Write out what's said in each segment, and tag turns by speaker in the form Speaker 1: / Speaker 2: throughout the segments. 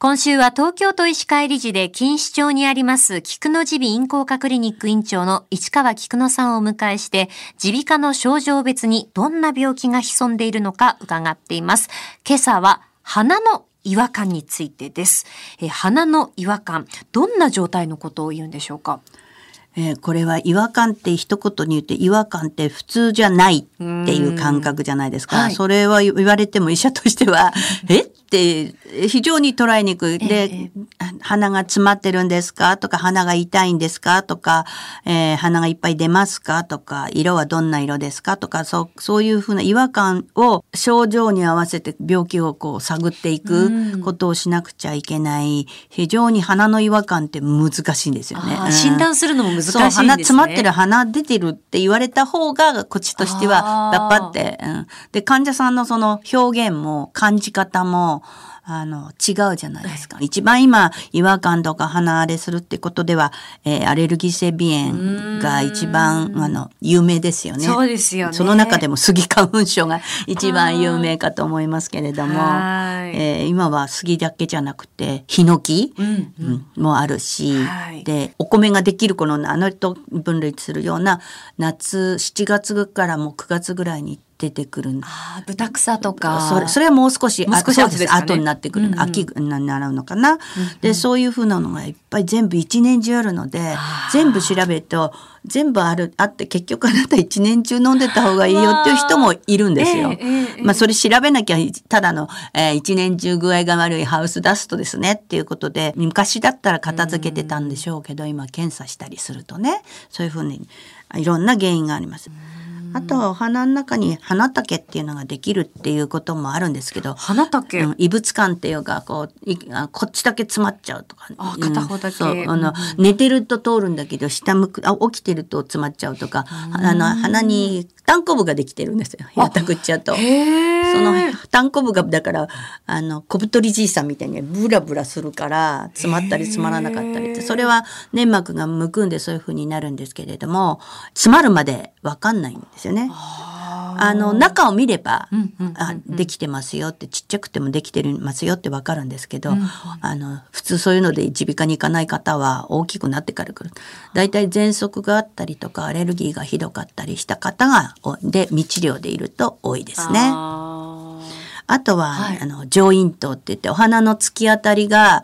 Speaker 1: 今週は東京都医師会理事で錦糸町にあります菊野耳鼻咽喉科クリニック院長の市川菊野さんをお迎えして耳鼻科の症状別にどんな病気が潜んでいるのか伺っています。今朝は鼻の違和感についてです。鼻の違和感、どんな状態のことを言うんでしょうか？
Speaker 2: これは違和感って一言に言って違和感って普通じゃないっていう感覚じゃないですか。それは言われても医者としてはって非常に捉えにくい。で、鼻が詰まってるんですかとか、鼻が痛いんですかとか、鼻がいっぱい出ますかとか、色はどんな色ですかとか、そういうふうな違和感を症状に合わせて病気をこう探っていくことをしなくちゃいけない。非常に鼻の違和感って難しいんですよね。
Speaker 1: 診断するのも難しいんですね。
Speaker 2: そう、鼻詰まってる、鼻出てるって言われた方がこっちとしてはパッパって、で患者さんのその表現も感じ方も違うじゃないですか。一番今違和感とか鼻荒れするってことでは、アレルギー性鼻炎が一番有名ですよね。
Speaker 1: そうですよね。
Speaker 2: その中でもスギ花粉症が一番有名かと思いますけれども、今はスギだけじゃなくてヒノキ、もあるし、でお米ができる頃のと分類するような夏7月からもう9月ぐらいに出てくるんです。
Speaker 1: 豚草とか
Speaker 2: それはもう少し
Speaker 1: 後ですかね。
Speaker 2: 後になってくる、秋になるのかな、でそういうふうなのがいっぱい全部一年中あるので、全部調べると全部あって結局あなた一年中飲んでた方がいいよっていう人もいるんですよ。それ調べなきゃただの、一年中具合が悪いハウスダストですねっていうことで、昔だったら片付けてたんでしょうけど、今検査したりするとね、そういうふうにいろんな原因があります。あとはお鼻の中に鼻竹っていうのができるっていうこともあるんですけど、
Speaker 1: 鼻竹、
Speaker 2: 異物感っていうかこっちだけ詰まっちゃうとか、
Speaker 1: 片方だけ、
Speaker 2: 寝てると通るんだけど起きてると詰まっちゃうとか、鼻にたんこぶができてるんですよ、平たくっちゃうと。そのたんこぶがだから小太りじいさんみたいにブラブラするから詰まったり詰まらなかったりって、それは粘膜がむくんでそういう風になるんですけれども、詰まるまで分かんないんですよね。中を見れば、できてますよって、ちっちゃくてもできてますよって分かるんですけど、普通そういうので耳鼻科に行かない方は大きくなってから来る。だいたい喘息があったりとかアレルギーがひどかったりした方で未治療でいると多いですね。あとは、上咽頭って言ってお鼻の突き当たりが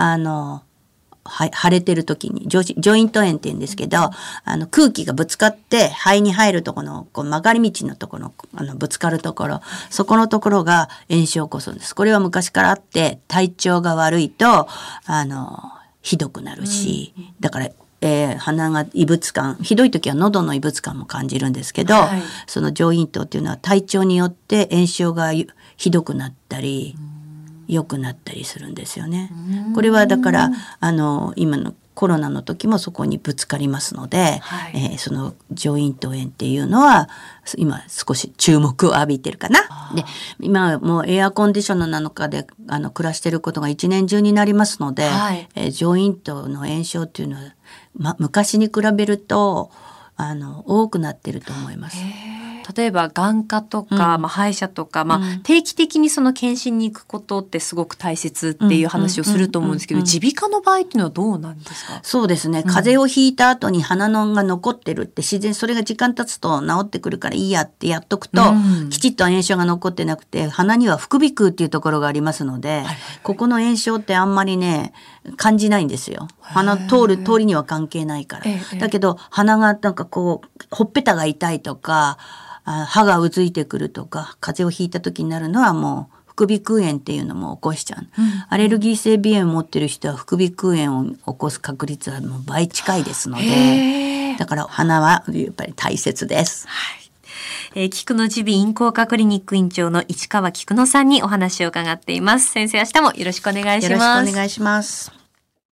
Speaker 2: 腫れてる時に上咽頭炎って言うんですけど、空気がぶつかって肺に入るところの曲がり道のところぶつかるところ、そこのところが炎症を起こすんです。これは昔からあって、体調が悪いとひどくなるし、だから鼻が異物感、ひどい時は喉の異物感も感じるんですけど、その上咽頭っていうのは体調によって炎症がひどくなったり良くなったりするんですよね。これはだから今のコロナの時もそこにぶつかりますので、その上咽頭炎っていうのは今少し注目を浴びてるかな。で今もうエアコンディショナーなのかで暮らしてることが一年中になりますので、上咽頭の炎症っていうのは、昔に比べると多くなってると思います。
Speaker 1: 例えば眼科とか、歯医者とか、定期的にその検診に行くことってすごく大切っていう話をすると思うんですけど、耳鼻科の場合っていうのはどうなんですか？
Speaker 2: そうですね、風邪をひいた後に鼻のが残ってるって自然、それが時間経つと治ってくるからいいやってやっとくと、きちっと炎症が残ってなくて、鼻には副鼻腔っていうところがありますので、ここの炎症ってあんまりね感じないんですよ。鼻通りには関係ないから。だけど鼻がなんかこうほっぺたが痛いとか、歯がうずいてくるとか、風邪をひいた時になるのはもう副鼻腔炎っていうのも起こしちゃう。アレルギー性鼻炎を持ってる人は副鼻腔炎を起こす確率はもう倍近いですので、だから鼻はやっぱり大切です。
Speaker 1: 菊野耳鼻咽喉科クリニック院長の市川菊野さんにお話を伺っています。先生、明日もよろしくお願いします。
Speaker 2: よろしくお願いします。